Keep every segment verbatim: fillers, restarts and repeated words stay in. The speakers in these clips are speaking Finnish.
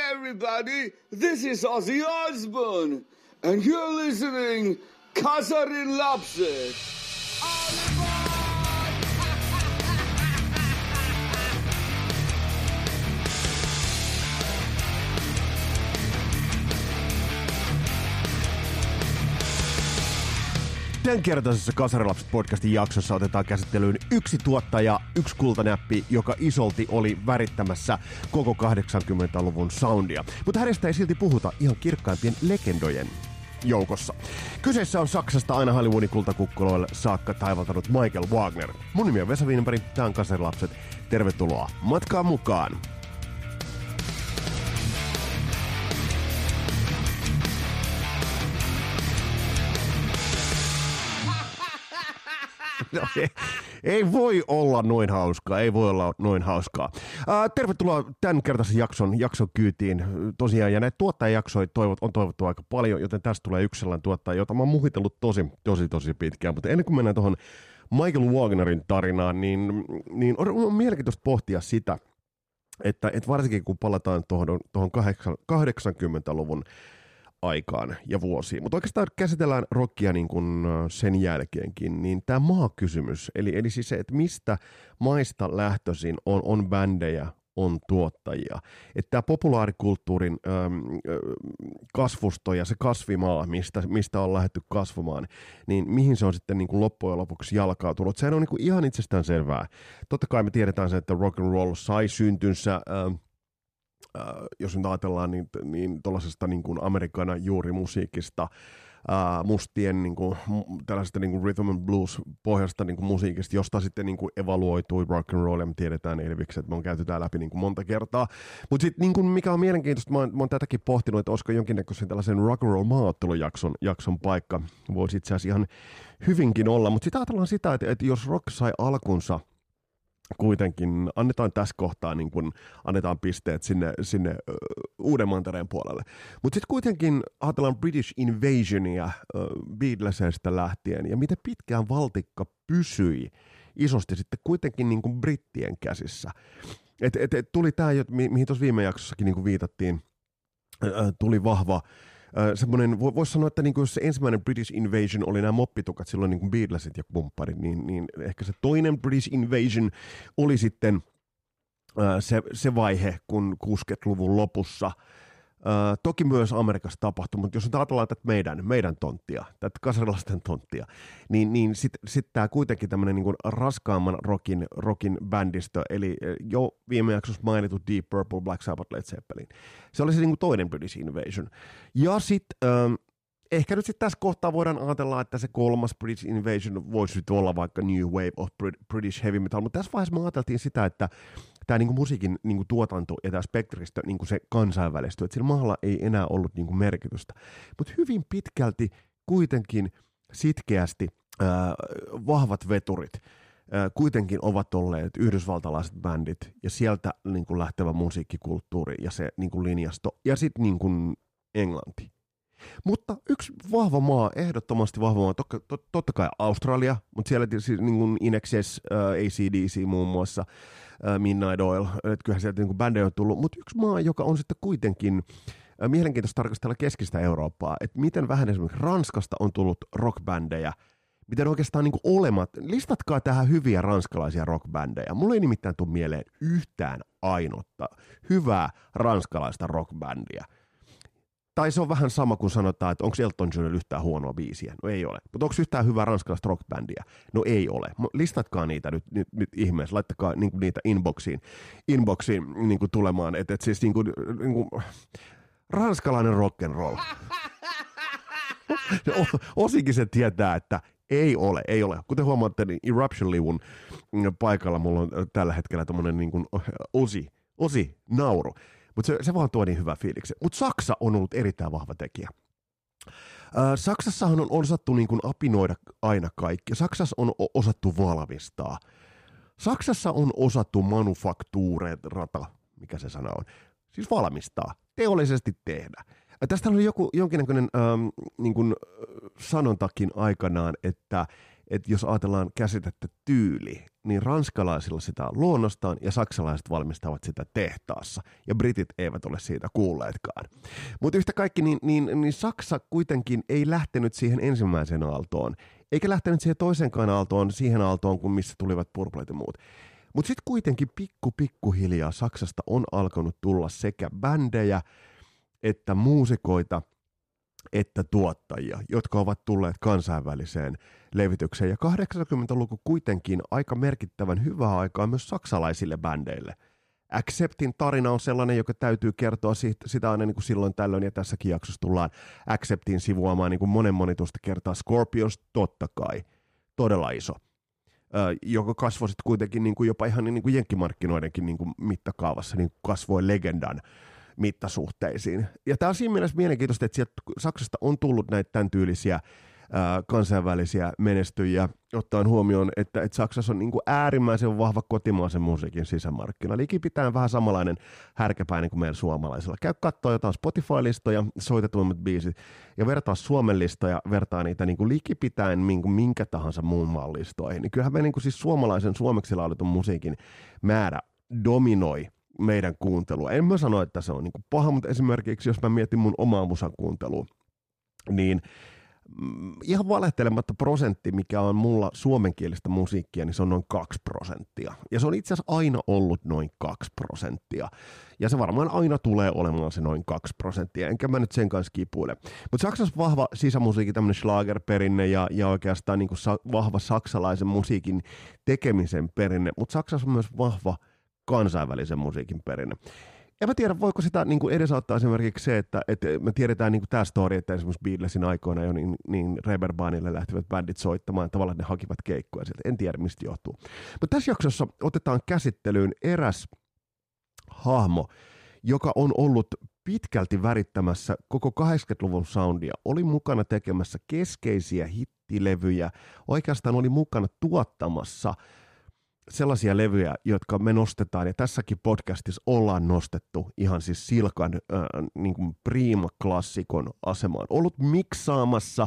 everybody, this is Ozzy Osbourne, and you're listening Kasarin Lapset. Tämänkertaisessa Kasarilapset-podcastin jaksossa otetaan käsittelyyn yksi tuottaja, yksi kultanäppi, joka isolti oli värittämässä koko kahdeksankymmentäluvun soundia. Mutta hänestä ei silti puhuta ihan kirkkaimpien legendojen joukossa. Kyseessä on Saksasta aina Hollywoodin kultakukkuloille saakka taivaltanut Michael Wagner. Mun nimi on Vesa Wienberg, tää on Kasarilapset. Tervetuloa matkaan mukaan! No, ei, ei voi olla noin hauskaa, ei voi olla noin hauskaa. Ää, tervetuloa tämän kertaisen jakson, jakson kyytiin. Tosiaan, ja näitä tuottajajaksoja toivot, on toivottu aika paljon, joten tästä tulee yksi sellainen tuottaja, jota mä oon muhitellut tosi, tosi, tosi pitkään. Mutta ennen kuin mennään tuohon Michael Wagnerin tarinaan, niin, niin on, on mielenkiintoista pohtia sitä, että, että varsinkin kun palataan tuohon, tuohon kahdeksankymmentäluvun aikaan ja vuosiin. Mutta oikeastaan käsitellään rockia niin kuin sen jälkeenkin, niin tämä maakysymys, eli, eli siis se, että mistä maista lähtöisin on, on bändejä, on tuottajia. Että tämä populaarikulttuurin äm, kasvusto ja se kasvimaa, mistä, mistä on lähdetty kasvamaan, niin mihin se on sitten niin kuin loppujen lopuksi jalkautunut. Sehän on niin kuin ihan itsestään selvää. Totta kai me tiedetään se, että rock and roll sai syntynsä ähm, Uh, jos nyt ajatellaan niin, niin tuollaisesta niin kuin Amerikan juurimusiikista, uh, mustien niin kuin, tällaisesta niin kuin rhythm and blues pohjasta niin kuin musiikista, josta sitten niin kuin evaluoitui rock and roll, ja me tiedetään Elvikset, että me on käyty tää läpi niin kuin monta kertaa. Mutta sitten niin kuin mikä on mielenkiintoista, mä oon, mä oon tätäkin pohtinut, että olisiko jonkinnäköisen tällaisen rock and roll maaottelujakson jakson paikka, voisi itse asiassa ihan hyvinkin olla, mutta sitten ajatellaan sitä, että, että jos rock sai alkunsa kuitenkin, annetaan tässä kohtaa, niin kun annetaan pisteet sinne, sinne uh, Uuden mantereen puolelle. Mutta sitten kuitenkin ajatellaan British Invasionia uh, Beatlesista lähtien, ja miten pitkään valtikka pysyi isosti sitten kuitenkin niin kuin brittien käsissä. Et, et, et tuli tämä, mi- mihin tuossa viime jaksossakin niin kuin viitattiin, uh, tuli vahva semmoinen, voisi sanoa, että niinku jos se ensimmäinen British Invasion oli nämä moppitukat, silloin niinku Beatlesit ja kumpparit, niin, niin ehkä se toinen British Invasion oli sitten ää, se, se vaihe, kun kuusikymmentäluvun lopussa, ää, toki myös Amerikassa tapahtui, mutta jos nyt ajatellaan tätä meidän, meidän tonttia, tätä kasarilaisten tonttia, niin, niin sitten sit tämä kuitenkin tämmöinen niinku raskaamman rockin, rockin bändistö, eli jo viime jaksossa mainitut Deep Purple, Black Sabbath, Led Zeppelin. Se oli se niinku toinen British Invasion. Ja sitten ähm, ehkä nyt sitten tässä kohtaa voidaan ajatella, että se kolmas British Invasion voisi nyt olla vaikka New Wave of British Heavy Metal, mutta tässä vaiheessa me ajateltiin sitä, että tämä niinku musiikin niinku tuotanto ja tämä spektristö niinku se kansainvälistyy, että sillä maalla ei enää ollut niinku merkitystä. Mutta hyvin pitkälti kuitenkin sitkeästi äh, vahvat veturit kuitenkin ovat olleet yhdysvaltalaiset bändit ja sieltä niin kuin lähtevä musiikkikulttuuri ja se niin kuin linjasto ja sitten niin kuin Englanti. Mutta yksi vahva maa, ehdottomasti vahva maa, totta, tot, totta kai Australia, mutta siellä siis niin kuin In Excess, uh, A C D C muun muassa, uh, Midnight Oil, että kyllähän sieltä niin kuin bändejä on tullut, mutta yksi maa, joka on sitten kuitenkin uh, mielenkiintoista tarkastella keskistä Eurooppaa, että miten vähän esimerkiksi Ranskasta on tullut rockbändejä, miten oikeastaan niin kuin olemat, listatkaa tähän hyviä ranskalaisia rockbändejä. Mulla ei nimittäin tule mieleen yhtään ainutta hyvää ranskalaista rockbändiä. Tai se on vähän sama kuin sanotaan, että onko Elton Johnilla yhtään huonoa biisiä? No ei ole. Mutta onko yhtään hyvää ranskalaista rockbändiä? No ei ole. Listatkaa niitä nyt, nyt, nyt ihmeessä. Laittakaa niin kuin niitä inboxiin, inboxiin niin kuin tulemaan. Että et siis niin kuin, niin kuin, ranskalainen rock'n'roll. Osinkin se tietää, että ei ole, ei ole. Kuten huomaatte, niin Eruption-livun paikalla mulla on tällä hetkellä tommonen niin kuin osi, osi nauru. Mutta se, se vaan tuo niin hyvä fiiliksi. Mutta Saksa on ollut erittäin vahva tekijä. Ää, Saksassahan on osattu niin kuin apinoida aina kaikki. Saksassa on osattu valmistaa. Saksassa on osattu manufaktuurata, mikä se sana on, siis valmistaa, teollisesti tehdä. Tästä oli joku, jonkinnäköinen ähm, niin kuin, sanontakin aikanaan, että, että jos ajatellaan käsitettä tyyli, niin ranskalaisilla sitä on luonnostaan ja saksalaiset valmistavat sitä tehtaassa. Ja britit eivät ole siitä kuulleetkaan. Mutta yhtä kaikki, niin, niin, niin Saksa kuitenkin ei lähtenyt siihen ensimmäiseen aaltoon. Eikä lähtenyt siihen toisenkaan aaltoon, siihen aaltoon, kun missä tulivat purplet ja muut. Mutta sitten kuitenkin pikku pikkuhiljaa Saksasta on alkanut tulla sekä bändejä, että muusikoita, että tuottajia, jotka ovat tulleet kansainväliseen levitykseen. Ja kahdeksankymmentäluku kuitenkin aika merkittävän hyvää aikaa myös saksalaisille bändeille. Acceptin tarina on sellainen, joka täytyy kertoa siitä, sitä aina niin kuin silloin tällöin, ja tässäkin jaksossa tullaan Acceptin sivuamaan niin kuin monen monitusta kertaa. Scorpions, totta kai, todella iso, Ö, joka kasvoi sitten kuitenkin niin kuin jopa ihan niin kuin jenkkimarkkinoidenkin niin kuin mittakaavassa, niin kasvoi legendan mittasuhteisiin. Ja tämä on siinä mielessä mielenkiintoista, että sieltä Saksasta on tullut näitä tämän tyylisiä ää, kansainvälisiä menestyjiä, ottaen huomioon, että, että Saksassa on niin kuin äärimmäisen vahva kotimaisen musiikin sisämarkkina. Likipitään vähän samanlainen härkäpäinen kuin meillä suomalaisilla. Käy katsoa jotain Spotify-listoja, soitetuimmat biisit, ja vertaa Suomen listoja, vertaa niitä niin kuin likipitäen niin kuin minkä tahansa muun maan listoihin. Niin kyllähän me niin kuin siis suomalaisen suomeksi laulitun musiikin määrä dominoi meidän kuuntelua. En mä sano, että se on niin kuin paha, mutta esimerkiksi jos mä mietin mun omaa musan kuuntelua, niin mm, ihan valehtelematta prosentti, mikä on mulla suomenkielistä musiikkia, niin se on noin kaksi prosenttia. Ja se on itse asiassa aina ollut noin kaksi prosenttia. Ja se varmaan aina tulee olemaan se noin kaksi prosenttia, enkä mä nyt sen kanssa kipuile. Mutta Saksassa vahva sisämusiikki, tämmöinen schlagerperinne ja, ja oikeastaan niin kuin sa- vahva saksalaisen musiikin tekemisen perinne, mutta Saksassa on myös vahva kansainvälisen musiikin perinne. En mä tiedä, voiko sitä niin kuin edesauttaa esimerkiksi se, että, että me tiedetään niin kuin tämä story, että esimerkiksi Beatlesin aikoina jo niin, niin Reeperbaanille lähtivät bändit soittamaan, tavallaan ne hakivat keikkoja sieltä. En tiedä, mistä johtuu. Mutta tässä jaksossa otetaan käsittelyyn eräs hahmo, joka on ollut pitkälti värittämässä koko kahdeksankymmentäluvun soundia, oli mukana tekemässä keskeisiä hittilevyjä, oikeastaan oli mukana tuottamassa sellaisia levyjä, jotka me nostetaan, ja tässäkin podcastissa ollaan nostettu ihan siis Silkan äh, niin kuin Prima-klassikon asemaan. Ollut miksaamassa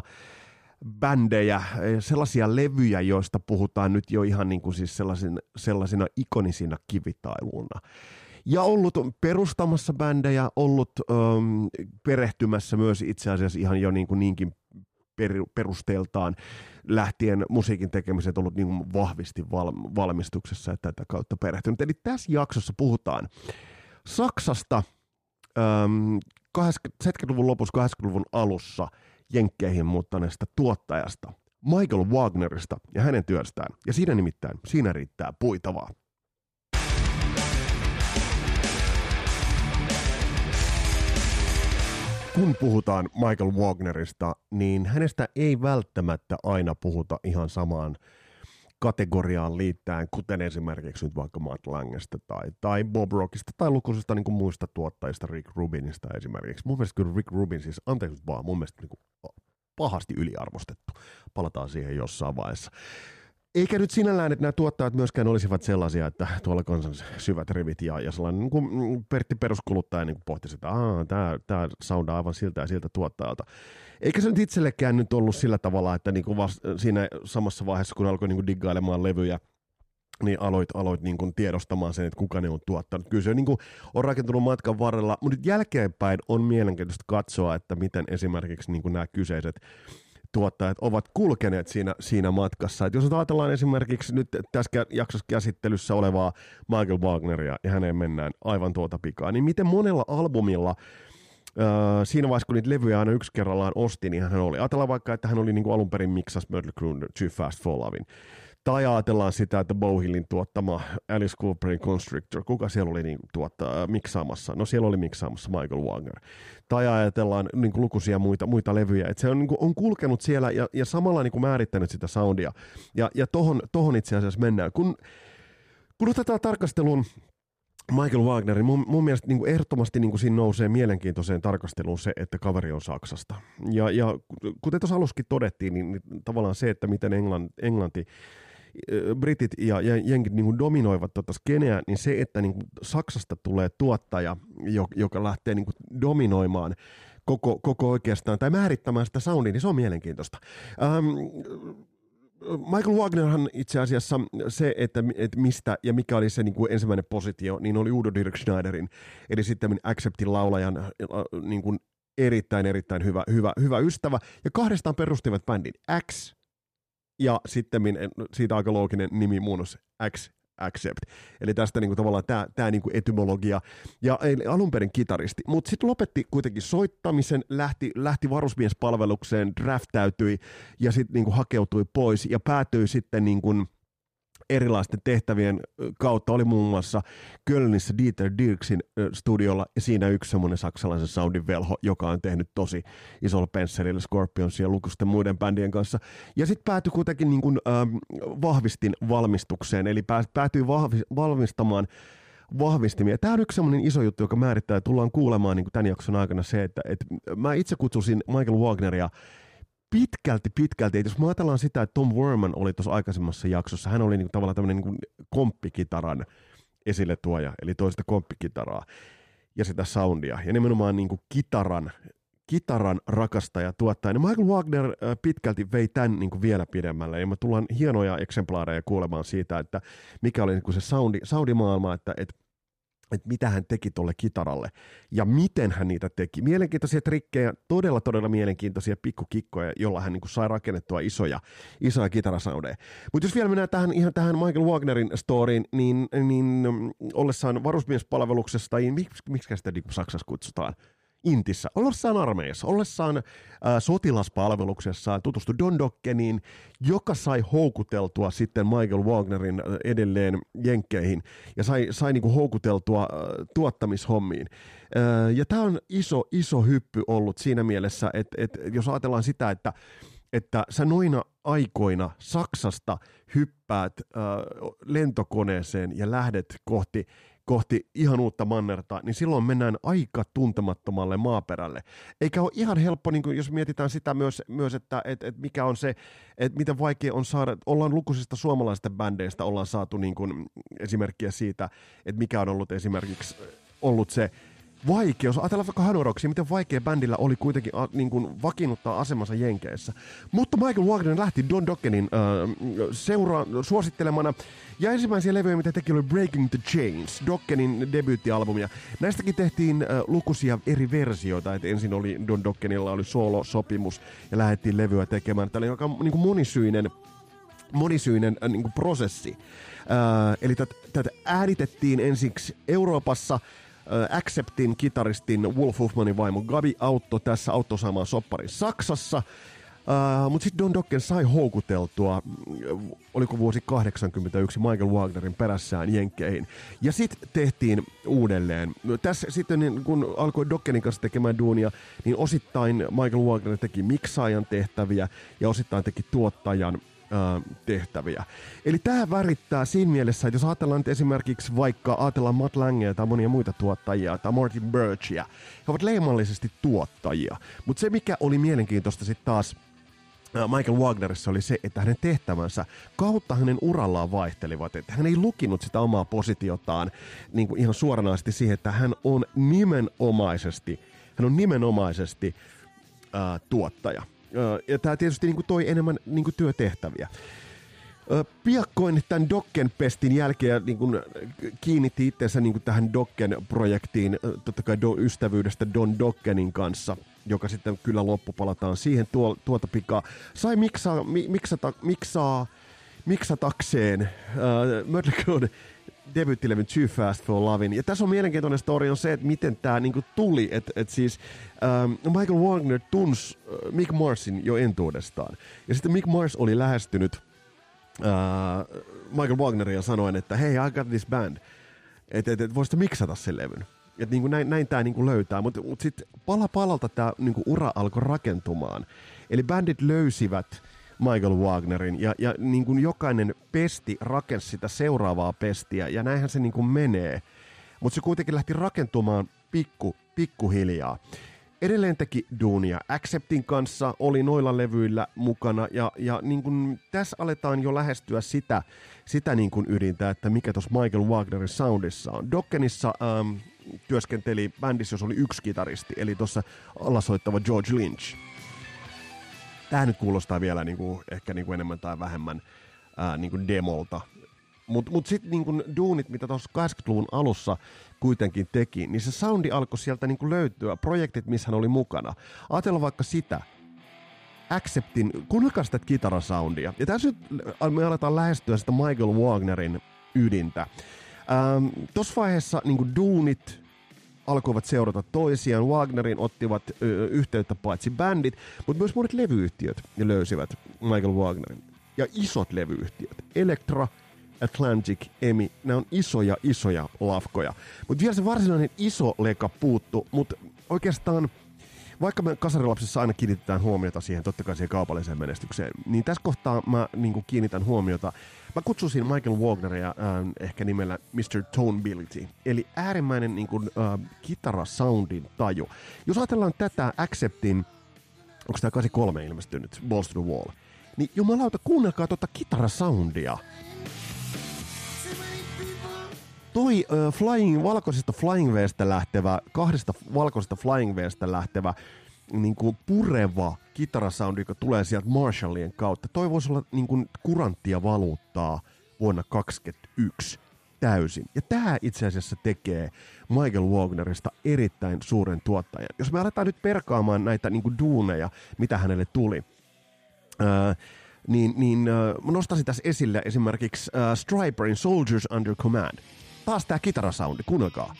bändejä, sellaisia levyjä, joista puhutaan nyt jo ihan niin kuin siis sellaisina, sellaisina ikonisina kivitailuna. Ja ollut perustamassa bändejä, ollut ähm, perehtymässä myös itse asiassa ihan jo niin kuin niinkin perusteeltaan lähtien musiikin tekemiset ollut niin vahvisti val- valmistuksessa ja tätä kautta perehtynyt. Eli tässä jaksossa puhutaan Saksasta ähm, seitsemänkymmentäluvun lopussa, kahdeksankymmentäluvun alussa jenkkeihin muuttaneesta tuottajasta, Michael Wagnerista ja hänen työstään. Ja siinä nimittäin, siinä riittää puitavaa. Kun puhutaan Michael Wagnerista, niin hänestä ei välttämättä aina puhuta ihan samaan kategoriaan liittäen, kuten esimerkiksi nyt vaikka Matt Langesta tai, tai Bob Rockista tai lukuisista niin kuin muista tuottajista, Rick Rubinista esimerkiksi. Mun mielestä kyllä Rick Rubin, siis anteeksi vaan, mun mielestä niin kuin pahasti yliarvostettu. Palataan siihen jossain vaiheessa. Eikä nyt sinällään, että nämä tuottajat myöskään olisivat sellaisia, että tuolla kansan syvät rivit ja, ja sellainen niin kuin Pertti peruskuluttaja niin pohtisi, että tämä, tämä soundaa aivan siltä ja siltä tuottajalta. Eikä se nyt itsellekään nyt ollut sillä tavalla, että niin kuin vasta siinä samassa vaiheessa, kun alkoi niin kuin diggailemaan levyjä, niin aloit, aloit niin kuin tiedostamaan sen, että kuka ne on tuottanut. Kyllä se niin kuin on rakentunut matkan varrella, mutta nyt jälkeenpäin on mielenkiintoista katsoa, että miten esimerkiksi niin kuin nämä kyseiset tuottajat ovat kulkeneet siinä, siinä matkassa. Et jos ajatellaan esimerkiksi nyt tässä jaksossa käsittelyssä olevaa Michael Wagneria ja häneen mennään aivan tuota pikaa, niin miten monella albumilla öö, siinä vaiheessa, kun niitä levyjä aina yksi kerrallaan osti, niin hän oli. Ajatellaan vaikka, että hän oli niin kuin alun perin miksas Mötley Crüen Too Fast for Lovin'. Tai ajatellaan sitä, että Bowhillin tuottama Alice Cooperin Constrictor, kuka siellä oli niin tuotta, miksaamassa? No siellä oli miksaamassa Michael Wagner. Tai ajatellaan niin kuin lukuisia muita, muita levyjä. Et se on, niin kuin, on kulkenut siellä ja, ja samalla niin kuin määrittänyt sitä soundia. Ja, ja tohon, tohon itse asiassa mennään. Kun, kun otetaan tarkasteluun Michael Wagnerin, mun, mun mielestä niin kuin ehdottomasti niin kuin siinä nousee mielenkiintoiseen tarkasteluun se, että kaveri on Saksasta. Ja, ja kuten tuossa alussakin todettiin, niin, niin tavallaan se, että miten Englanti, Englanti britit ja, ja jenkit niin kuin dominoivat tuota skeneä, niin se, että niin kuin Saksasta tulee tuottaja, joka lähtee niin kuin dominoimaan koko, koko oikeastaan, tai määrittämään sitä soundia, niin se on mielenkiintoista. Ähm, Michael Wagnerhan itse asiassa se, että, että mistä ja mikä oli se niin kuin ensimmäinen positio, niin oli Udo Dirk Schneiderin, eli sitten Acceptin laulajan niin kuin erittäin, erittäin hyvä, hyvä, hyvä ystävä, ja kahdestaan perustivat bändin X, ja sitten siitä aika looginen nimi muunnos X Accept. Eli tästä niinku tavallaan tämä tää niinku etymologia. Ja eli alun perin kitaristi. Mutta sitten lopetti kuitenkin soittamisen, lähti, lähti varusmiespalvelukseen, draftäytyi ja sitten niinku hakeutui pois ja päätyi sitten niinku erilaisten tehtävien kautta. Oli muun muassa Kölnissä Dieter Dirksin studiolla ja siinä yksi semmoinen saksalaisen soundin velho, joka on tehnyt tosi isolla pensselillä Scorpionsin ja lukuisten muiden bändien kanssa. Ja sitten päätyi kuitenkin niin kuin, ähm, vahvistin valmistukseen, eli päätyi vahvi, valmistamaan vahvistimia. Tämä on yksi semmoinen iso juttu, joka määrittää, ja tullaan kuulemaan niin kuin tämän jakson aikana se, että, että mä itse kutsusin Michael Wagneria pitkälti, pitkälti. Et jos me ajatellaan sitä, että Tom Werman oli tuossa aikaisemmassa jaksossa, hän oli niinku tavallaan tämmöinen niinku komppikitaran esille tuoja, eli toista komppikitaraa ja sitä soundia. Ja nimenomaan niinku kitaran, kitaran rakastaja, tuottaja. Niin Michael Wagner äh, pitkälti vei tämän niinku vielä pidemmälle. Ja me tullaan hienoja eksemplaareja kuulemaan siitä, että mikä oli niinku se soundi, soundimaailma, että et, että mitä hän teki tuolle kitaralle ja miten hän niitä teki. Mielenkiintoisia trikkejä, todella todella mielenkiintoisia pikkukikkoja, jolla hän niin kuin sai rakennettua isoja, isoja kitarasoundeja. Mutta jos vielä mennään tähän, ihan tähän Michael Wagnerin storyin, niin, niin ollessaan varusmiespalveluksessa, tai miksi, miksi sitä niin kuin Saksassa kutsutaan? Intissä, ollessaan armeijassa, ollessaan äh, sotilaspalveluksessa tutustui Don Dokkeniin, joka sai houkuteltua sitten Michael Wagnerin äh, edelleen jenkkeihin ja sai, sai niinku houkuteltua äh, tuottamishommiin. Äh, ja tämä on iso, iso hyppy ollut siinä mielessä, että et, jos ajatellaan sitä, että että sä noina aikoina Saksasta hyppäät äh, lentokoneeseen ja lähdet kohti kohti ihan uutta mannerta, niin silloin mennään aika tuntemattomalle maaperälle. Eikä ole ihan helppo, niin kuin jos mietitään sitä myös, myös että et, et mikä on se, että miten vaikea on saada, ollaan lukuisista suomalaisista bändeistä, ollaan saatu niin kuin esimerkkiä siitä, että mikä on ollut esimerkiksi ollut se vaikeus. Ajatellaan vaikka Hanoroksia, miten vaikea bändillä oli kuitenkin a, niin kuin vakiinnuttaa asemansa Jenkeissä. Mutta Michael Wagner lähti Don Dokkenin äh, seura- suosittelemana. Ja ensimmäisiä levyjä, mitä teki, oli Breaking the Chains, Dokkenin debyyttialbumia. Näistäkin tehtiin äh, lukuisia eri versioita. Et ensin oli Don Dokkenilla oli soolosopimus ja lähdettiin levyä tekemään. Tämä oli aika niin kuin monisyinen, monisyinen äh, niin kuin prosessi. Äh, eli tätä äänitettiin ensiksi Euroopassa. Acceptin kitaristin Wolf Hoffmanin vaimo Gabi auttoi tässä auttoi saamaan sopparin Saksassa, uh, mutta sitten Don Dokken sai houkuteltua, oliko vuosi kahdeksankymmentäyksi, Michael Wagnerin perässään jenkkeihin. Ja sitten tehtiin uudelleen. Tässä sitten kun alkoi Dokkenin kanssa tekemään duunia, niin osittain Michael Wagner teki miksaajan tehtäviä ja osittain teki tuottajan tehtäviä. Eli tämä värittää siinä mielessä, että jos ajatellaan nyt esimerkiksi vaikka ajatellaan Matt Langea tai monia muita tuottajia tai Martin Birchia, he ovat leimallisesti tuottajia. Mutta se mikä oli mielenkiintoista sitten taas Michael Wagnerissa oli se, että hänen tehtävänsä kautta hänen urallaan vaihtelivat, että hän ei lukinut sitä omaa positiotaan niin kuin ihan suoranaisesti siihen, että hän on nimenomaisesti, hän on nimenomaisesti ää, tuottaja. Ja tämä tietysti niin kuin toi enemmän niin kuin työtehtäviä. Piakkoin tämän Dokken-pestin jälkeen niin kuin kiinnitti itsensä niin kuin tähän Dokken-projektiin, totta kai do, ystävyydestä Don Dokkenin kanssa, joka sitten kyllä loppupalataan siihen tuo, tuota pikaa. Sai miksaa, mi, miksata, miksaa, miksatakseen uh, Mötley Crüen debyyttilevyn Too Fast for Lovin'. Ja tässä on mielenkiintoinen story on se, että miten tämä niinku tuli. Että et siis ähm, Michael Wagner tunsi äh, Mick Marsin jo entuudestaan. Ja sitten Mick Mars oli lähestynyt äh, Michael Wagneria sanoen, että hei, I got this band. Että et, et voisitko miksata sen levyn. Että niinku näin, näin tämä niinku löytää. Mutta mut sitten pala palalta tämä niinku ura alkoi rakentumaan. Eli bändit löysivät Michael Wagnerin, ja, ja niin kuin jokainen pesti rakensi sitä seuraavaa pestiä, ja näinhän se niin kuin menee. Mutta se kuitenkin lähti rakentumaan pikku, pikkuhiljaa. Edelleen teki duunia. Acceptin kanssa oli noilla levyillä mukana, ja, ja niin kuin tässä aletaan jo lähestyä sitä, sitä niin kuin ydintä, että mikä tuossa Michael Wagnerin soundissa on. Dokkenissa ähm, työskenteli bändissä, jos oli yksi kitaristi, eli tuossa alasoittava George Lynch. Tämä nyt kuulostaa vielä niin kuin, ehkä niin kuin enemmän tai vähemmän ää, niin kuin demolta. Mutta mut sitten niin duunit, mitä tuossa kahdeksankymmentäluvun alussa kuitenkin teki, niin se soundi alkoi sieltä niin kuin löytyä. Projektit, missä hän oli mukana. Ajatellaan vaikka sitä. Acceptin, kuunnelkaa sitä kitarasoundia. Ja tässä nyt me aletaan lähestyä sitä Michael Wagnerin ydintä. Ähm, Tuossa vaiheessa niin kuin duunit alkoivat seurata toisiaan. Wagnerin ottivat ö, yhteyttä paitsi bändit, mutta myös monet levyyhtiöt löysivät Michael Wagnerin. Ja isot levyyhtiöt. Elektra, Atlantic, EMI, nämä on isoja, isoja lafkoja. Mutta vielä se varsinainen iso leka puuttu, mutta oikeastaan, vaikka me Kasarilapsissa aina kiinnitetään huomiota siihen, totta kai siihen kaupalliseen menestykseen, niin tässä kohtaa mä niin kuin kiinnitän huomiota. Mä kutsuisin Michael Wagneria äh, ehkä nimellä mister Tonability, eli äärimmäinen niin kuin, äh, kitarasoundin taju. Jos ajatellaan tätä Acceptin, onko tämä kahdeksankymmentäkolme ilmestynyt, Balls to the Wall, niin jumalauta, kuunnelkaa tuota kitarasoundia. Toi uh, flying, valkoisesta Flying Vstä lähtevä, kahdesta valkoisesta Flying Vstä lähtevä niin kuin pureva kitarasoundi, joka tulee sieltä Marshallien kautta. Toi voisi olla niin kuin kuranttia valuuttaa vuonna kaksikymmentäyksi täysin. Ja tämä itse asiassa tekee Michael Wagnerista erittäin suuren tuottajan. Jos me aletaan nyt perkaamaan näitä niin kuin duuneja, mitä hänelle tuli, ää, niin, niin ää, mä nostaisin tässä esille esimerkiksi ää, Stryperin Soldiers Under Command. Taas tää kitarasoundi, kuunnelkaa.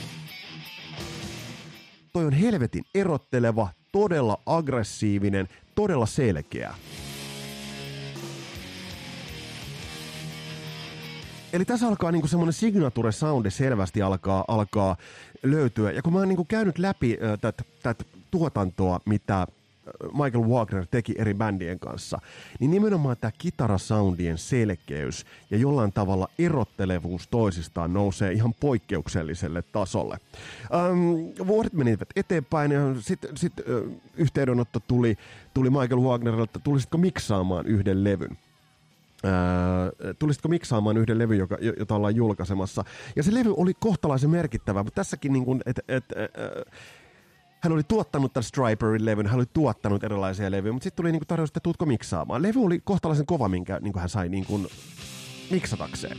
Toi on helvetin erotteleva, todella aggressiivinen, todella selkeä. Eli tässä alkaa niinku semmoinen signature soundi selvästi alkaa, alkaa löytyä. Ja kun mä oon niinku käynyt läpi äh, tätä tuotantoa, mitä Michael Wagner teki eri bändien kanssa, niin nimenomaan tämä kitarasoundien selkeys ja jollain tavalla erottelevuus toisistaan nousee ihan poikkeukselliselle tasolle. Ähm, vuodet menivät eteenpäin ja sitten sit, äh, yhteydenotto tuli, tuli Michael Wagnerilta, että tulisitko miksaamaan yhden levyn. Äh, tulisitko miksaamaan yhden levyn, joka, jota ollaan julkaisemassa. Ja se levy oli kohtalaisen merkittävä, mutta tässäkin niin kuin, että et, äh, hän oli tuottanut tämän Stryperin levyn, hän oli tuottanut erilaisia levyjä, mutta sitten tuli niinku tarjous, että tuutko miksaamaan. Levy oli kohtalaisen kova, minkä niinku hän sai niinku miksatakseen.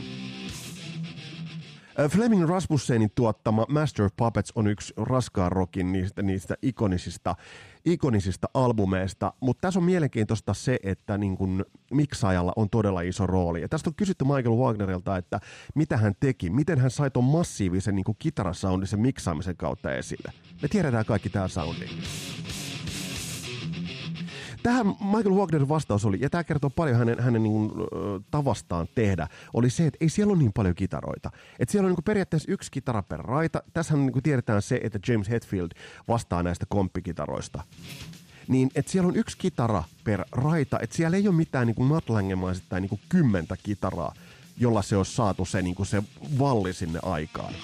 Fleming Rasmussenin tuottama Master of Puppets on yksi raskaan rockin niistä, niistä ikonisista, ikonisista albumeista, mutta tässä on mielenkiintoista se, että niin kun miksaajalla on todella iso rooli. Ja tästä on kysytty Michael Wagnerilta, että mitä hän teki, miten hän sai ton massiivisen niin kitarasoundin sen miksaamisen kautta esille. Me tiedetään kaikki tää soundi. Tähän Michael Wagnerin vastaus oli, ja tämä kertoo paljon hänen, hänen niin kuin, tavastaan tehdä, oli se, että ei siellä ole niin paljon kitaroita. Että siellä on niin kuin periaatteessa yksi kitara per raita. Tässähän niin kuin tiedetään se, että James Hetfield vastaa näistä komppikitaroista. Niin, että siellä on yksi kitara per raita, että siellä ei ole mitään niin kuin Mutt Langemaiset tai niin kuin kymmentä kitaraa, jolla se olisi saatu se, niin kuin se valli sinne aikaan.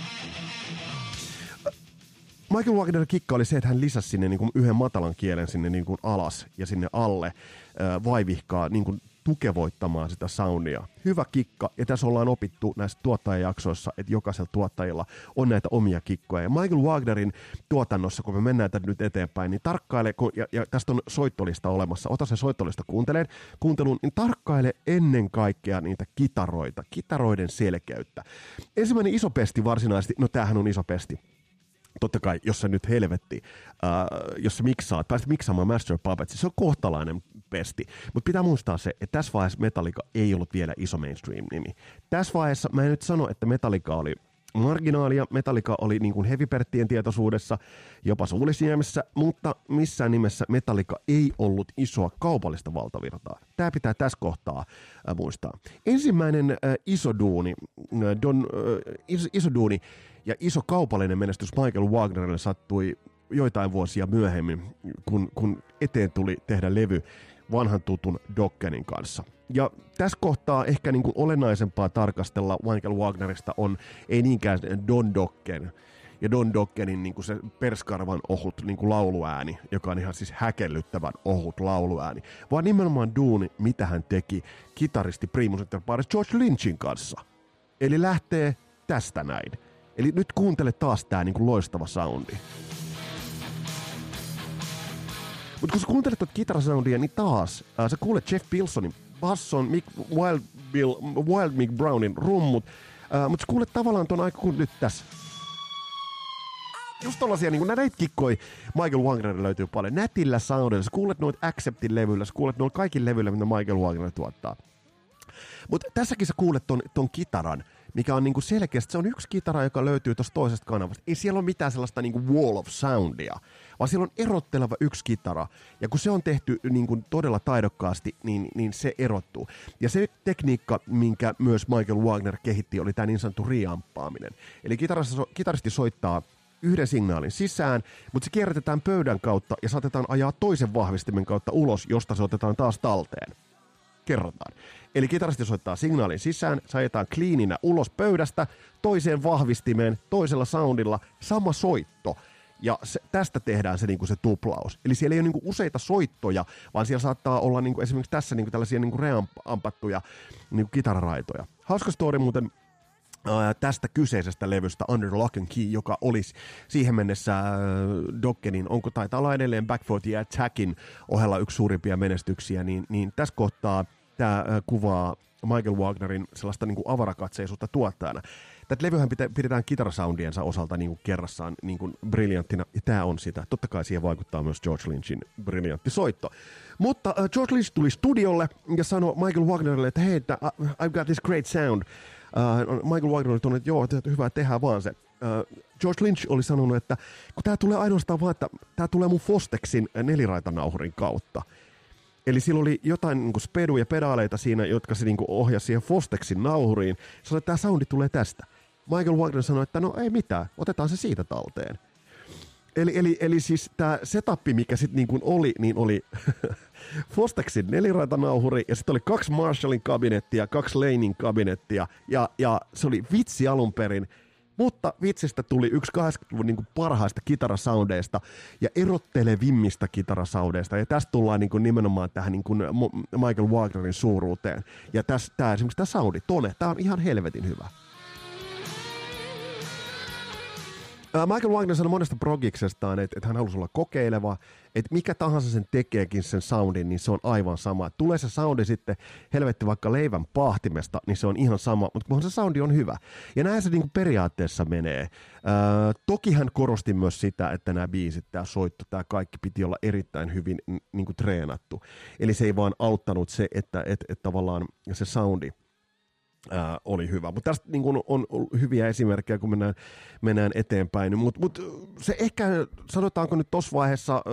Michael Wagnerin kikka oli se, että hän lisäsi sinne niin kuin yhden matalan kielen sinne niin kuin alas ja sinne alle äh, vaivihkaa niin kuin tukevoittamaan sitä soundia. Hyvä kikka, ja tässä ollaan opittu näissä tuottajajaksoissa, että jokaisella tuottajilla on näitä omia kikkoja. Ja Michael Wagnerin tuotannossa, kun me mennään tätä nyt eteenpäin, niin tarkkaile, kun, ja, ja tästä on soittolista olemassa, ota se soittolista kuunteleen, kuunteluun, niin tarkkaile ennen kaikkea niitä kitaroita, kitaroiden selkeyttä. Ensimmäinen iso pesti varsinaisesti, no tämähän on iso pesti. Totta kai, jos sä nyt helvetti, uh, jos sä miksaat, pääset miksaamaan Master of Puppets, se on kohtalainen pesti. Mutta pitää muistaa se, että tässä vaiheessa Metallica ei ollut vielä iso mainstream-nimi. Tässä vaiheessa mä en nyt sano, että Metallica oli marginaalia, Metallica oli niin kuin heviperttien tietoisuudessa, jopa Suulisniemessä, mutta missään nimessä Metallica ei ollut isoa kaupallista valtavirtaa. Tämä pitää tässä kohtaa äh, muistaa. Ensimmäinen äh, iso duuni, äh, don, äh, iso, iso duuni ja iso kaupallinen menestys Michael Wagnerille sattui joitain vuosia myöhemmin, kun, kun eteen tuli tehdä levy vanhan tutun Dokkenin kanssa. Ja tässä kohtaa ehkä niin kuin olennaisempaa tarkastella Michael Wagnerista on ei niinkään Don Dokken ja Don Dokkenin niin kuin se perskarvan ohut niin kuin lauluääni, joka on ihan siis häkellyttävän ohut lauluääni, vaan nimenomaan duuni, mitä hän teki kitaristi Primus Inter Pares George Lynchin kanssa. Eli lähtee tästä näin. Eli nyt kuuntele taas tää niin kuin loistava soundi. Mutta kun sä kuuntelet tuota kitarasoundia, niin taas äh, sä kuulet Jeff Pilsonin basson, Mick Wild, Bill, Wild Mick Brownin rummut, äh, mutta sä kuulet tavallaan ton aika kuin nyt tässä. Just tollasia, niin näitä kikkoja Michael Wagner löytyy paljon. Nätillä soundilla, sä kuulet noita Acceptin levyillä, sä kuulet noilla kaikilla levyillä, mitä Michael Wagner tuottaa. Mutta tässäkin sä kuulet ton, ton kitaran, mikä on niinku selkeästi, se on yksi kitara, joka löytyy tuosta toisesta kanavasta. Ei siellä ole mitään sellaista niinku wall of soundia, vaan siellä on erotteleva yksi kitara. Ja kun se on tehty niinku todella taidokkaasti, niin, niin se erottuu. Ja se tekniikka, minkä myös Michael Wagner kehitti, oli tämä niin sanottu reamppaaminen. Eli kitaristi soittaa yhden signaalin sisään, mutta se kierrätetään pöydän kautta ja saatetaan ajaa toisen vahvistimen kautta ulos, josta se otetaan taas talteen. Kerrotaan. Eli kitaristi soittaa signaalin sisään, se ajetaan cleaninä ulos pöydästä, toiseen vahvistimeen, toisella soundilla, sama soitto. Ja se, tästä tehdään se, niinku se tuplaus. Eli siellä ei ole niinku useita soittoja, vaan siellä saattaa olla niinku, esimerkiksi tässä niinku tällaisia niinku reampattuja niinku kitararaitoja. Hauska story muuten ää, tästä kyseisestä levystä Under Lock and Key, joka olisi siihen mennessä ää, Dokkenin, onko taitaa olla edelleen Back forty Attackin ohella yksi suurimpia menestyksiä, niin, niin tässä kohtaa tämä kuvaa Michael Wagnerin sellaista niinku avarakatseisuutta tuottajana. Tätä levyhän pidetään kitarasoundiensa osalta niinku kerrassaan niinku briljanttina, ja tämä on sitä. Totta kai siihen vaikuttaa myös George Lynchin briljantti soitto. Mutta uh, George Lynch tuli studiolle ja sanoi Michael Wagnerille, että hei, uh, I've got this great sound. Uh, Michael Wagner oli tuonut, että joo, hyvä, tehdään vaan se. Uh, George Lynch oli sanonut, että kun tämä tulee ainoastaan vaan, että tämä tulee mun Fostexin neliraitanauhurin kautta. Eli sillä oli jotain niin kuin speduja ja pedaaleita siinä, jotka se niin kuin ohjasi siihen Fostexin nauhuriin. Se sanoi, että tämä soundi tulee tästä. Michael Wagner sanoi, että no ei mitään, otetaan se siitä talteen. Eli, eli, eli siis tämä setappi, mikä sitten niin kuin oli, niin oli Fostexin neliraitanauhuri, ja sitten oli kaksi Marshallin kabinettia, kaksi Lanein kabinettia, ja, ja se oli vitsi alun perin. Mutta vitsistä tuli yksi kahdeksankymmentäluvun niin kuin parhaista kitarasoundeista ja erottelevimmista kitarasoundeista. Ja tästä tullaan niin kuin nimenomaan tähän niin kuin Michael Wagnerin suuruuteen. Ja tässä, tämä, esimerkiksi tämä soundi, tone, tämä on ihan helvetin hyvä. Michael Wagner sanoi monesta progiksestaan, että, että hän halusi olla kokeileva, että mikä tahansa sen tekeekin sen soundin, niin se on aivan sama. Tulee se soundi sitten helvetti vaikka leivän pahtimesta, niin se on ihan sama, mutta kunhan se soundi on hyvä. Ja näin se niin kuin periaatteessa menee. Ää, toki hän korosti myös sitä, että nämä biisit, tämä soitto, tämä kaikki piti olla erittäin hyvin niin kuin treenattu. Eli se ei vaan auttanut se, että, että, että tavallaan se soundi Ää, oli hyvä, mutta tästä niin kun on hyviä esimerkkejä, kun mennään, mennään eteenpäin, mutta mut, se ehkä, sanotaanko nyt tuossa vaiheessa,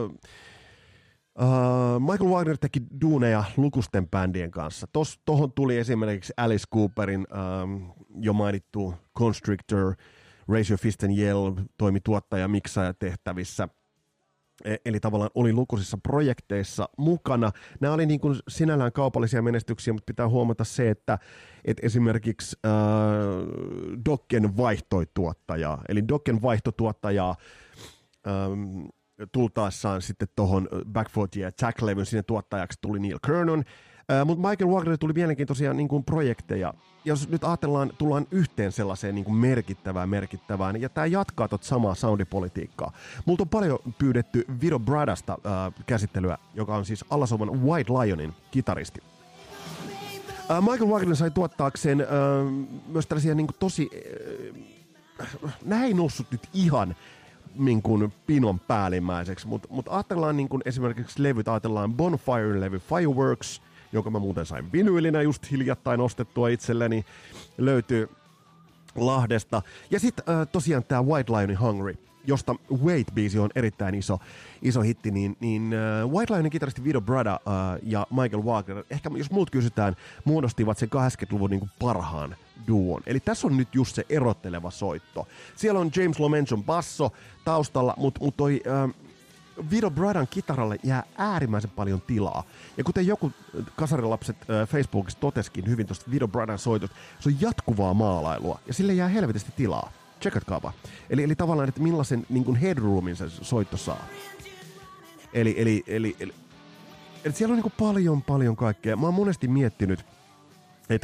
ää, Michael Wagner teki duuneja lukusten bändien kanssa. Tuohon tuli esimerkiksi Alice Cooperin ää, jo mainittu Constrictor, Raise Your Fist and Yell, toimi tuottaja miksaaja-tehtävissä. Eli tavallaan oli lukuisissa projekteissa mukana. Nämä oli niin kuin sinällään kaupallisia menestyksiä, mutta pitää huomata se, että, että esimerkiksi äh, Dokken vaihtoi tuottajaa. Eli Dokken vaihtoi tuottajaa ähm, tultaessaan sitten tuohon Back forty Attack-levyn. Sinne tuottajaksi tuli Neil Kernon. Uh, mutta Michael Wagner tuli mielenkiintoisia niin kuin projekteja. Jos nyt ajatellaan, tullaan yhteen sellaiseen niin kuin merkittävään merkittävään, ja tämä jatkaa tuota samaa soundipolitiikkaa. Multa on paljon pyydetty Vito Bradasta uh, käsittelyä, joka on siis Allasovan White Lionin kitaristi. Uh, Michael Wagner sai tuottaakseen uh, myös tällaisia niin kuin tosi... Uh, nämä ei noussut nyt ihan niin kuin pinon päällimmäiseksi, mutta mut ajatellaan niin kuin esimerkiksi levyt, ajatellaan Bonfire-levy Fireworks, jonka mä muuten sain vinyylinä just hiljattain ostettua itselleni, löytyy Lahdesta. Ja sitten äh, tosiaan tämä White Lionin Hungry, josta Wait-biisi on erittäin iso, iso hitti, niin, niin äh, White Lionin kitaristi Vito Brada äh, ja Michael Wagner, ehkä jos muut kysytään, muodostivat sen kahdeksankymmentäluvun niin kuin parhaan duon. Eli tässä on nyt just se erotteleva soitto. Siellä on James Lomenchon basso taustalla, mutta mut toi... Äh, Vito Bradan kitaralle jää äärimmäisen paljon tilaa. Ja kuten joku kasarilapset äh, Facebookissa toteskin hyvin tuosta Vito Bradan soitot, se on jatkuvaa maalailua ja sille jää helvetisti tilaa. Tsekatkaapa. Eli, eli tavallaan, että millaisen niin kuin headroomin se soitto saa. Eli, eli, eli, eli, eli siellä on niin kuin paljon, paljon kaikkea. Mä oon monesti miettinyt, että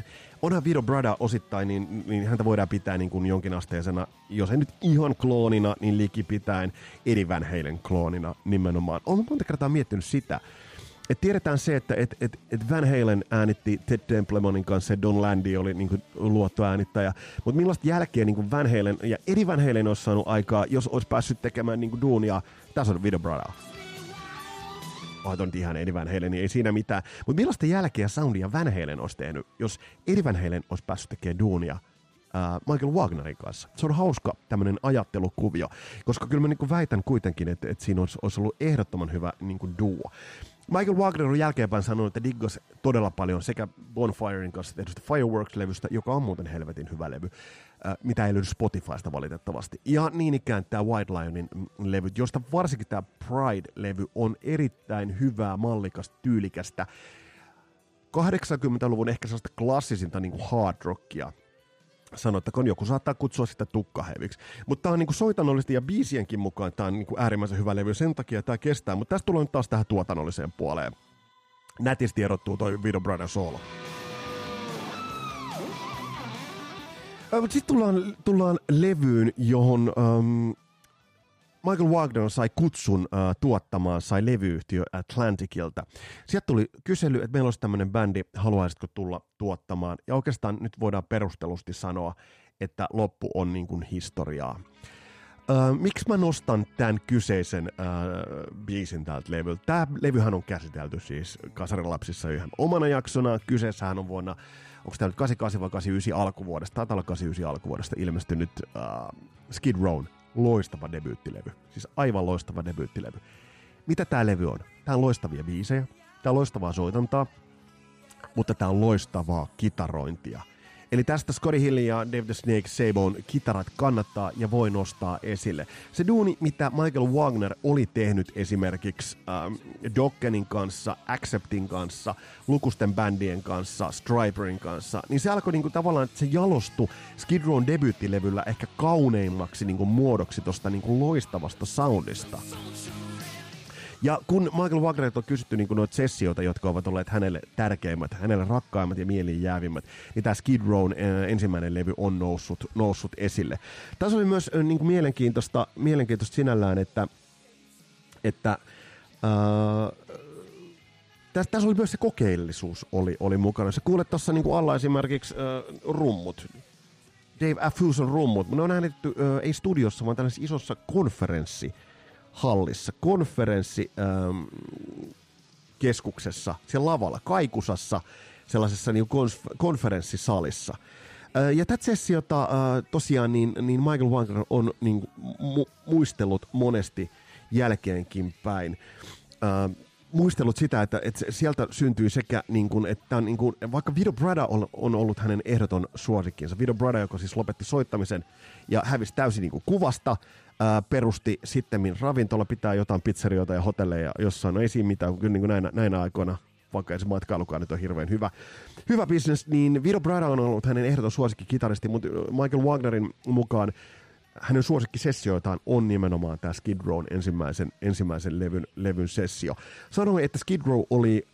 onhan Vito Bratta osittain, niin, niin häntä voidaan pitää niin kuin jonkinasteisena, jos ei nyt ihan kloonina, niin likipitäen Eddie Van Halen kloonina nimenomaan. Olen monta kertaa miettinyt sitä, että tiedetään se, että et, et, et Van Halen äänitti Ted Templemanin kanssa ja Don Landy oli niin kuin luottoäänittäjä, mutta millaista jälkeen niin kuin Van Halen ja Eddie Van Halen olisi saanut aikaa, jos olisi päässyt tekemään niin kuin duunia. Tässä on Vito Bratta. Oh, on ihan Eddie Van Halen, niin ei siinä mitään. Mutta millaista jälkeä soundia Van Halen olisi tehnyt, jos Eddie Van Halen olisi päässyt tekemään duunia ää, Michael Wagnerin kanssa? Se on hauska tämmöinen ajattelukuvio, koska kyllä mä niinku väitän kuitenkin, että, että siinä olisi, olisi ollut ehdottoman hyvä niinku duo. Michael Wagner on jälkeenpäin sanonut, että diggas todella paljon sekä Bonfiren kanssa tehdystä Fireworks-levystä, joka on muuten helvetin hyvä levy, äh, mitä ei löydy Spotifysta valitettavasti. Ja niin ikään tämä White Lionin levyt, josta varsinkin tämä Pride-levy on erittäin hyvää, mallikasta, tyylikästä. kahdeksankymmentäluvun ehkä sellaista klassisinta niin kuin hard rockia. Sanottakoon, joku saattaa kutsua sitä tukkaheviksi. Mutta tämä on niinku soitanollisesti ja biisienkin mukaan tämä on niinku äärimmäisen hyvä levy. Sen takia tämä kestää, mutta tästä tulee nyt taas tähän tuotannolliseen puoleen. Nätisti erottuu toi Vito Bratta solo. Sitten tullaan, tullaan levyyn, johon um, Michael Wagner sai kutsun uh, tuottamaan, sai levyyhtiö Atlanticilta. Sieltä tuli kysely, että meillä olisi tämmöinen bändi, haluaisitko tulla tuottamaan? Ja oikeastaan nyt voidaan perustellusti sanoa, että loppu on niin kuin historiaa. Uh, miksi mä nostan tämän kyseisen uh, biisin täältä levyltä? Tämä levyhän on käsitelty siis Kasarilapsissa yhden omana jaksona. Kyseessähän on vuonna, onko tämä nyt kahdeksankymmentäkahdeksan vai kahdeksankymmentäyhdeksän alkuvuodesta? Taitaa olla kahdeksankymmentäyhdeksän alkuvuodesta ilmestynyt uh, Skid Rown. Loistava debyyttilevy. Siis aivan loistava debyyttilevy. Mitä tää levy on? Tää on loistavia biisejä, tää on loistavaa soitantaa, mutta tää on loistavaa kitarointia. Eli tästä Scotty Hill ja Dave the Snake Sabon kitarat kannattaa ja voi nostaa esille. Se duuni, mitä Michael Wagner oli tehnyt esimerkiksi ähm, Dokkenin kanssa, Acceptin kanssa, lukusten bändien kanssa, Stryperin kanssa, niin se alkoi niinku tavallaan, että se jalostui Skid Rown debyyttilevyllä ehkä kauneimmaksi niinku muodoksi tosta niinku loistavasta soundista. Ja kun Michael Wagnerilta on kysytty niin noita sessioita, jotka ovat olleet hänelle tärkeimmät, hänelle rakkaimmat ja mieliin jäävimmät, niin tämä Skid Rown äh, ensimmäinen levy on noussut, noussut esille. Tässä oli myös äh, niin kuin mielenkiintoista, mielenkiintoista sinällään, että, että äh, tässä, tässä oli myös se kokeellisuus oli, oli mukana. Sä kuulet tuossa niin kuin alla esimerkiksi äh, rummut, Dave Affuson rummut, ne on äänitetty äh, ei studiossa, vaan tällaisessa isossa konferenssi. Hallissa, konferenssikeskuksessa, siellä lavalla, Kaikusassa, sellaisessa niin konf- konferenssisalissa. Ää, ja tätä sessiota ää, tosiaan niin, niin Michael Wagner on niin, mu- muistellut monesti jälkeenkin päin. Ää, muistellut sitä, että, että sieltä syntyy sekä, niin kuin, että niin kuin, vaikka Vito Bratta on, on ollut hänen ehdoton suosikkinsa. Vito Bratta, joka siis lopetti soittamisen ja hävisi täysin niin kuin kuvasta, ää, perusti sittemmin ravintola, pitää jotain pizzerioita ja hotelleja jossain. No ei siinä mitään, kun kyllä niin kuin näinä, näinä aikoina, vaikka ei se matkailukaan nyt on hirveän hyvä, hyvä business, niin Vito Bratta on ollut hänen ehdoton suosikkikitaristi, mutta Michael Wagnerin mukaan hänen suosikkisessioitaan on nimenomaan tämä Skid Rown ensimmäisen, ensimmäisen levyn, levyn sessio. Sanoin, että Skid Row oli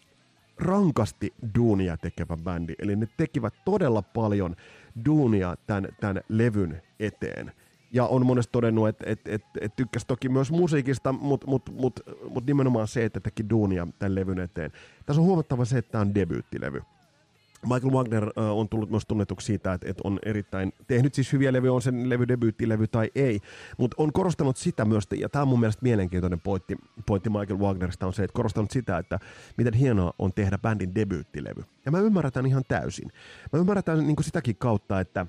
rankasti duunia tekevä bändi, eli ne tekivät todella paljon duunia tämän, tämän levyn eteen. Ja on monesti todennut, että et, et, et tykkäsi toki myös musiikista, mutta mut, mut, mut nimenomaan se, että teki duunia tämän levyn eteen. Tässä on huomattava se, että tämä on debyyttilevy. Michael Wagner äh, on tullut myös tunnetuksi siitä, että, että on erittäin tehnyt siis hyviä levyjä, on sen levy debyyttilevy tai ei, mutta on korostanut sitä myös, ja tämä on mun mielestä mielenkiintoinen pointti, pointti Michael Wagnerista on se, että korostanut sitä, että miten hienoa on tehdä bändin debyyttilevy. Ja mä ymmärrän tämän ihan täysin. Mä ymmärrän tämän niin kuin sitäkin kautta, että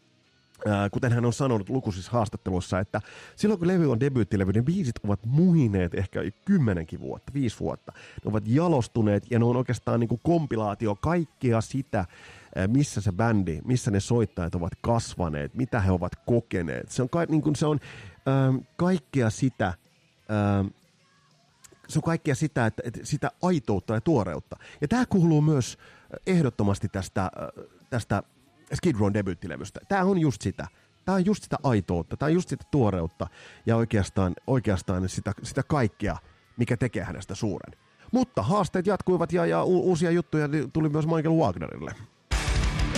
Äh, kuten hän on sanonut lukuisissa haastatteluissa, että silloin kun levy on debyyttilevy, ne biisit ovat muhineet ehkä kymmenenkin vuotta, viisi vuotta. Ne ovat jalostuneet ja ne on oikeastaan niin kuin kompilaatio kaikkea sitä, äh, missä se bändi, missä ne soittajat ovat kasvaneet, mitä he ovat kokeneet. Se on, ka- niin kuin se on äh, kaikkea sitä, äh, se on kaikkea sitä, että, että sitä aitoutta ja tuoreutta. Ja tämä kuuluu myös ehdottomasti tästä, äh, tästä Skid Rown debyyttilevystä. Tämä on just sitä. Tämä on just sitä aitoutta, tämä on just sitä tuoreutta ja oikeastaan, oikeastaan sitä, sitä kaikkea, mikä tekee hänestä suuren. Mutta haasteet jatkuivat ja, ja u- uusia juttuja tuli myös Michael Wagnerille.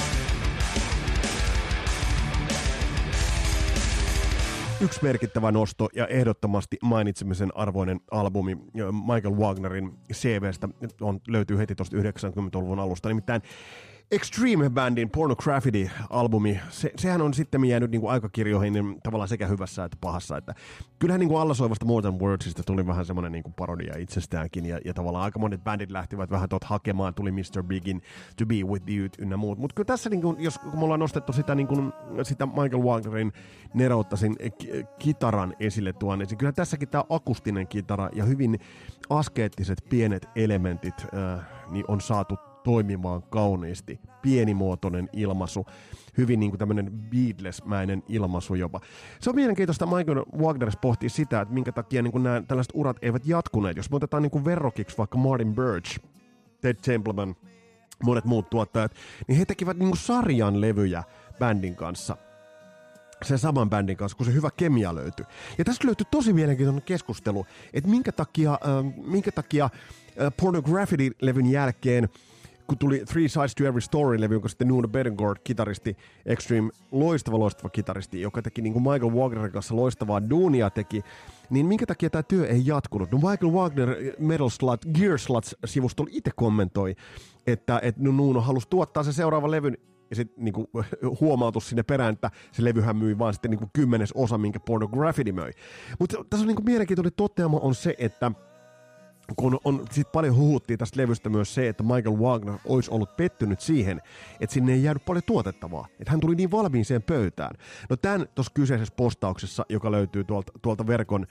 yksi merkittävä nosto ja ehdottomasti mainitsemisen arvoinen albumi Michael Wagnerin C V:stä on, löytyy heti tuosta yhdeksänkymmentäluvun alusta, nimittäin Extreme Bandin Pornography-albumi, se, sehän on sitten jäänyt niin kuin aikakirjoihin niin tavallaan sekä hyvässä että pahassa. Että kyllähän niin kuin allasoivasta More Than Wordsista tuli vähän semmoinen niin kuin parodia itsestäänkin, ja, ja tavallaan aika monet bändit lähtivät vähän tuot hakemaan, tuli mister Bigin, To Be With You ynnä muut. Mutta kyllä tässä, niin kuin, jos kun me ollaan nostettu sitä, niin kuin, sitä Michael Wagnerin neroottasin kitaran esille tuon, niin kyllä tässäkin tämä akustinen kitara ja hyvin askeettiset pienet elementit äh, niin on saatu toimimaan kauniisti, pienimuotoinen ilmaisu, hyvin niin kuin tämmöinen Beatles-mäinen ilmaisu jopa. Se on mielenkiintoista, Michael Wagner pohtii sitä, että minkä takia niin kuin nämä tällaiset urat eivät jatkuneet. Jos me otetaan niin kuin verrokiksi vaikka Martin Birch, Ted Templeman, monet muut tuottajat, niin he tekivät niin kuin sarjan levyjä bändin kanssa. Sen saman bändin kanssa, kun se hyvä kemia löytyi. Ja tästä löytyi tosi mielenkiintoinen keskustelu, että minkä takia, äh, minkä takia äh, Pornography-levyn jälkeen, kun tuli Three Sides to Every Story-levy, jonka sitten Nuno Bettencourt, kitaristi, Extreme, loistava, loistava kitaristi, joka teki niin kuin Michael Wagnerin kanssa loistavaa duunia teki, niin minkä takia tämä työ ei jatkunut? No Michael Wagner Metal Slut, Gear Sluts-sivustolla itse kommentoi, että, että Nuno halusi tuottaa sen seuraavan levyn, ja sitten niinku huomautus sinne perään, että se levyhän myi vaan sitten niinku kymmenes osa, minkä Pornography möi. Mutta tässä on niinku mielenkiintoinen toteama on se, että kun on sit paljon huhuttiin tästä levystä myös se, että Michael Wagner olisi ollut pettynyt siihen, että sinne ei jäänyt paljon tuotettavaa. Että hän tuli niin valmiiseen pöytään. No tämän tuossa kyseisessä postauksessa, joka löytyy tuolta, tuolta verkon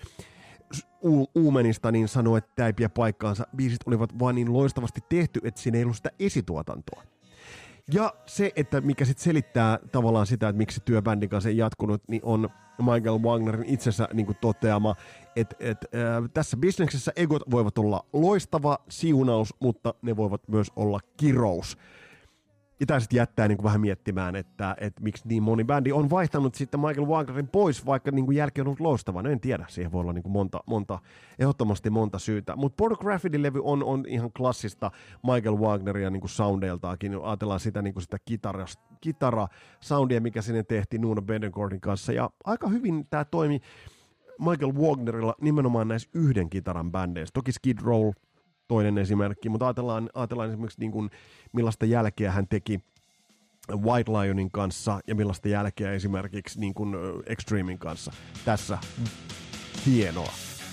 u- uumenista, niin sanoi, että tämä ei pidä paikkaansa. Biisit olivat vaan niin loistavasti tehty, että siinä ei ollut sitä esituotantoa. Ja se, että mikä sitten selittää tavallaan sitä, että miksi työ bändin kanssa ei jatkunut, niin on Michael Wagnerin itsensä niin kuin toteama, että et, äh, tässä bisneksessä egot voivat olla loistava siunaus, mutta ne voivat myös olla kirous. Ja tämä sitten jättää niin kuin vähän miettimään, että et miksi niin moni bändi on vaihtanut sitten Michael Wagnerin pois, vaikka niin kuin jälki on ollut loistava. No en tiedä, siihen voi olla niin kuin monta, monta, ehdottomasti monta syytä. Mutta Pornography-levy on, on ihan klassista Michael Wagneria niin kuin soundeiltaakin. Ajatellaan sitä, niin kuin sitä kitara-soundia, mikä sinne tehtiin Nuno Bettencourtin kanssa. Ja aika hyvin tämä toimi Michael Wagnerilla nimenomaan näissä yhden kitaran bändeissä. Toki Skid Row, toinen esimerkki, mutta ajatellaan, ajatellaan esimerkiksi niin kuin millaista jälkeä hän teki White Lionin kanssa ja millaista jälkeä esimerkiksi niin kuin Extremen kanssa. Tässä hienoa.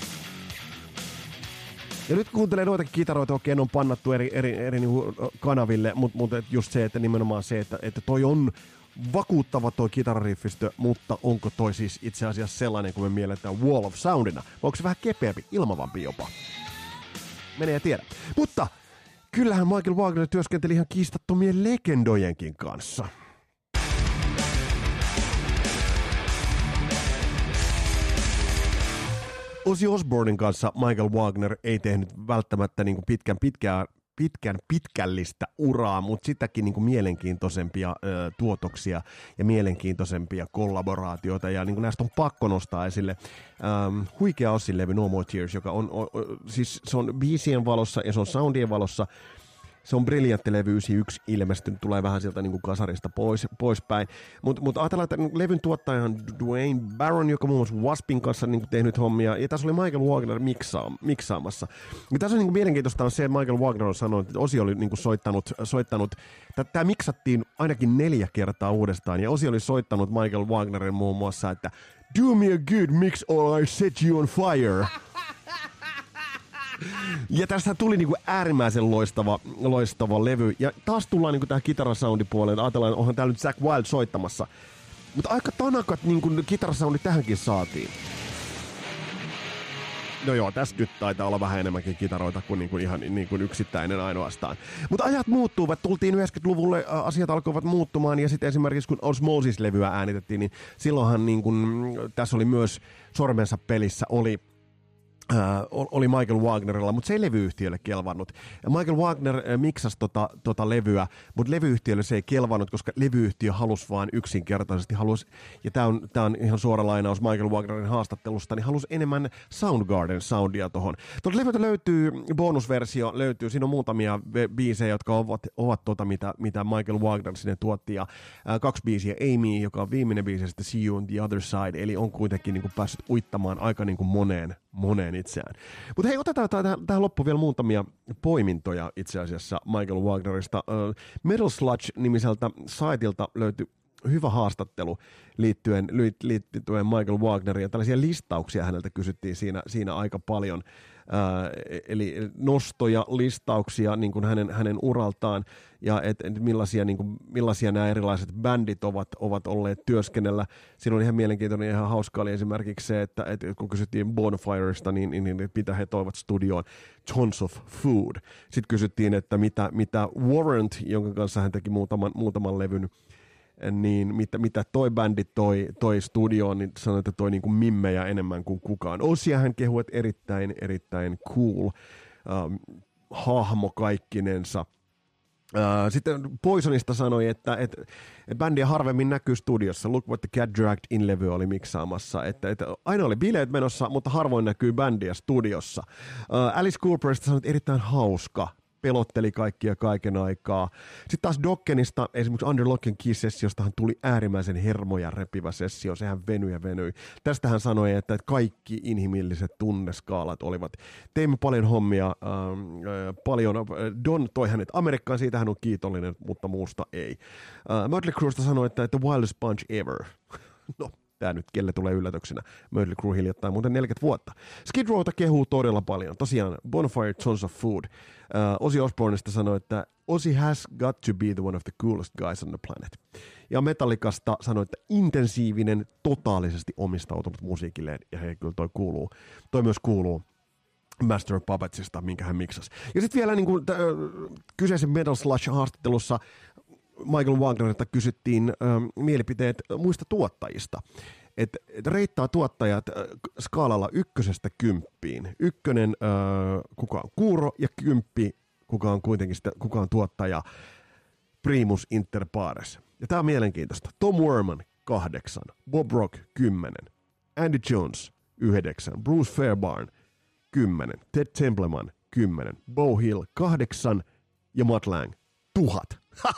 Ja nyt kuuntelee noitakin kitaroita, okei, ne on pannattu eri, eri, eri niin kuin kanaville, mutta, mutta just se, että nimenomaan se, että, että toi on vakuuttava toi kitarariffistö, mutta onko toi siis itse asiassa sellainen, kun me mielletään Wall of Soundina? Vai onko se vähän kepeämpi, ilmavampi jopa? Menee ja tiedä. Mutta kyllähän Michael Wagner työskenteli ihan kiistattomien legendojenkin kanssa. Ozzy Osbournen kanssa Michael Wagner ei tehnyt välttämättä niin kuin pitkän, pitkää, pitkän pitkällistä uraa, mutta sitäkin niin kuin mielenkiintoisempia ö, tuotoksia ja mielenkiintoisempia kollaboraatioita, ja niin kuin näistä on pakko nostaa esille ähm, huikea Ozzyn-levy No More Tears, joka on, o, o, siis se on biisien valossa ja se on soundien valossa. Se on briljantti levy yhdeksänkymmentäyksi ilmestynyt, tulee vähän sieltä niin kuin kasarista pois, poispäin. Mutta mut ajatellaan, että niin levyn tuottaja on Dwayne Barron, joka muun muassa Waspin kanssa niin kuin tehnyt hommia, ja tässä oli Michael Wagner miksaa, miksaamassa. Ja tässä on niin kuin mielenkiintoista on se, että Michael Wagner on sanonut, että Ozzy oli niin kuin soittanut, soittanut tämä miksattiin ainakin neljä kertaa uudestaan, ja Ozzy oli soittanut Michael Wagnerin muun muassa, että do me a good mix or I set you on fire. Ja tästä tuli niinku äärimmäisen loistava, loistava levy. Ja taas tullaan niinku tähän kitarasoundipuoleen. Ajatellaan, että onhan täällä nyt Zakk Wylde soittamassa. Mutta aika tanakat niinku kitarasoundit tähänkin saatiin. No joo, tässä nyt taitaa olla vähän enemmänkin kitaroita kuin, niinku ihan niinku yksittäinen ainoastaan. Mutta ajat muuttuvat. Tultiin yhdeksänkymmentäluvulle, asiat alkoivat muuttumaan. Ja sitten esimerkiksi kun Osmosis-levyä äänitettiin, niin silloinhan niinku, tässä oli myös sormensa pelissä oli Äh, oli Michael Wagnerilla, mutta se ei levyyhtiölle kelvannut. Ja Michael Wagner äh, miksasi tota, tota levyä, mutta levyyhtiölle se ei kelvannut, koska levyyhtiö halusi vaan yksinkertaisesti, halusi, ja tämä on, tää on ihan suora lainaus Michael Wagnerin haastattelusta, niin halusi enemmän Soundgarden soundia tuohon. Tuolta levyltä löytyy bonusversio, löytyy, siinä on muutamia biisejä, jotka ovat, ovat tota, mitä, mitä Michael Wagner sinne tuotti, ja äh, kaksi biisiä, Amy, joka on viimeinen biisi, ja sitten See You on the Other Side, eli on kuitenkin niin kuin päässyt uittamaan aika niin kuin moneen moneen itseään. Mutta hei, otetaan tähän, tähän loppuun vielä muutamia poimintoja itse asiassa Michael Wagnerista. Uh, Metal Sludge-nimiseltä saitilta löytyi hyvä haastattelu liittyen, liittyen Michael Wagneriin, ja tällaisia listauksia häneltä kysyttiin siinä, siinä aika paljon. Uh, eli nostoja, listauksia niin kuin hänen, hänen uraltaan, ja et, et millaisia, niin kuin, millaisia nämä erilaiset bändit ovat, ovat olleet työskennellä. Siinä on ihan mielenkiintoinen ja ihan hauska oli esimerkiksi se, että et, kun kysyttiin Bonfiresta, niin, niin, niin mitä he toivat studioon, Tons of Food. Sitten kysyttiin, että mitä, mitä Warrant, jonka kanssa hän teki muutaman, muutaman levyn, niin mitä, mitä toi bändi toi, toi studioon, niin sanoi, että toi niinku mimmejä enemmän kuin kukaan. Osia hän kehui, että erittäin, erittäin cool ähm, hahmo kaikkinensa. Äh, sitten Poisonista sanoi, että, että, että bändiä harvemmin näkyy studiossa. Look What the Cat Dragged In-levy oli miksaamassa. Että, että aina oli bileet menossa, mutta harvoin näkyy bändiä studiossa. Äh, Alice Cooperista sanoi, että erittäin hauska. Pelotteli kaikkia kaiken aikaa. Sitten taas Dokkenista, esimerkiksi Under Lock and Key-sessiostahan tuli äärimmäisen hermoja repivä sessio. Sehän venyi ja venyi. Tästä hän sanoi, että kaikki inhimilliset tunneskaalat olivat. Teimme paljon hommia, äh, paljon. Don toi hänet Amerikkaan, siitä hän on kiitollinen, mutta muusta ei. Äh, Mötley Cruesta sanoi, että the wildest bunch ever. No. Tämä nyt kelle tulee yllätyksenä. Mötley Crüe hiljattain muuten neljäkymmentä vuotta. Skid Rowta kehuu todella paljon. Tosiaan Bonfire, Tons of Food. Uh, Ozzy Osbourneista sanoi, että Ozzy has got to be the one of the coolest guys on the planet. Ja Metallicasta sanoi, että intensiivinen, totaalisesti omistautunut musiikilleen. Ja hei, kyllä toi kuuluu. Toi myös kuuluu Master of Puppetsista, minkä hän miksasi. Ja sitten vielä niin kuin, t- kyseisen Metal Sludge-haastattelussa Michael Wagnerilta kysyttiin ähm, mielipiteet muista tuottajista. Että et reittaa tuottajat äh, skaalalla ykkösestä kymppiin. Ykkönen, äh, kuka on kuuro, ja kymppi, kuka on kuitenkin sitä, kuka on tuottaja, primus inter pares. Ja tämä on mielenkiintoista. Tom Werman, kahdeksan. Bob Rock, kymmenen. Andy Jones, yhdeksän. Bruce Fairbairn, kymmenen. Ted Templeman, kymmenen. Bo Hill, kahdeksan. Ja Mutt Lange, tuhat.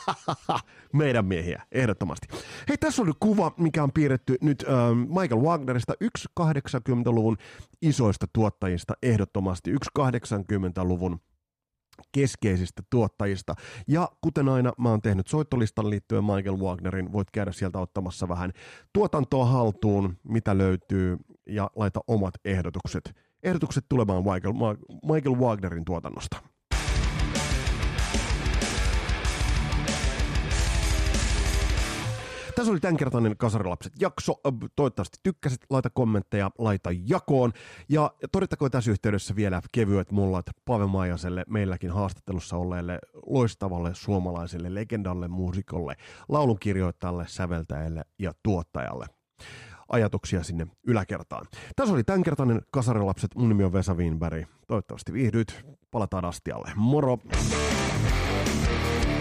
Meidän miehiä, ehdottomasti. Hei, tässä on nyt kuva, mikä on piirretty nyt ähm, Michael Wagnerista, yksi kahdeksankymmentäluvun isoista tuottajista, ehdottomasti yksi kahdeksankymmentäluvun keskeisistä tuottajista. Ja kuten aina, mä oon tehnyt soittolistan liittyen Michael Wagnerin, voit käydä sieltä ottamassa vähän tuotantoa haltuun, mitä löytyy, ja laita omat ehdotukset. Ehdotukset tulemaan Michael, Michael Wagnerin tuotannosta. Tässä oli tämänkertainen Kasarilapset jakso. Toivottavasti tykkäsit, laita kommentteja, laita jakoon. Ja todettakoon tässä yhteydessä vielä kevyet mullat Pave Maijaselle, meilläkin haastattelussa olleelle loistavalle suomalaiselle legendalle muusikolle, laulunkirjoittajalle, säveltäjälle ja tuottajalle. Ajatuksia sinne yläkertaan. Tässä oli tämänkertainen Kasarilapset. Mun nimi on Vesa Wienberg. Toivottavasti viihdyt. Palataan astialle. Moro!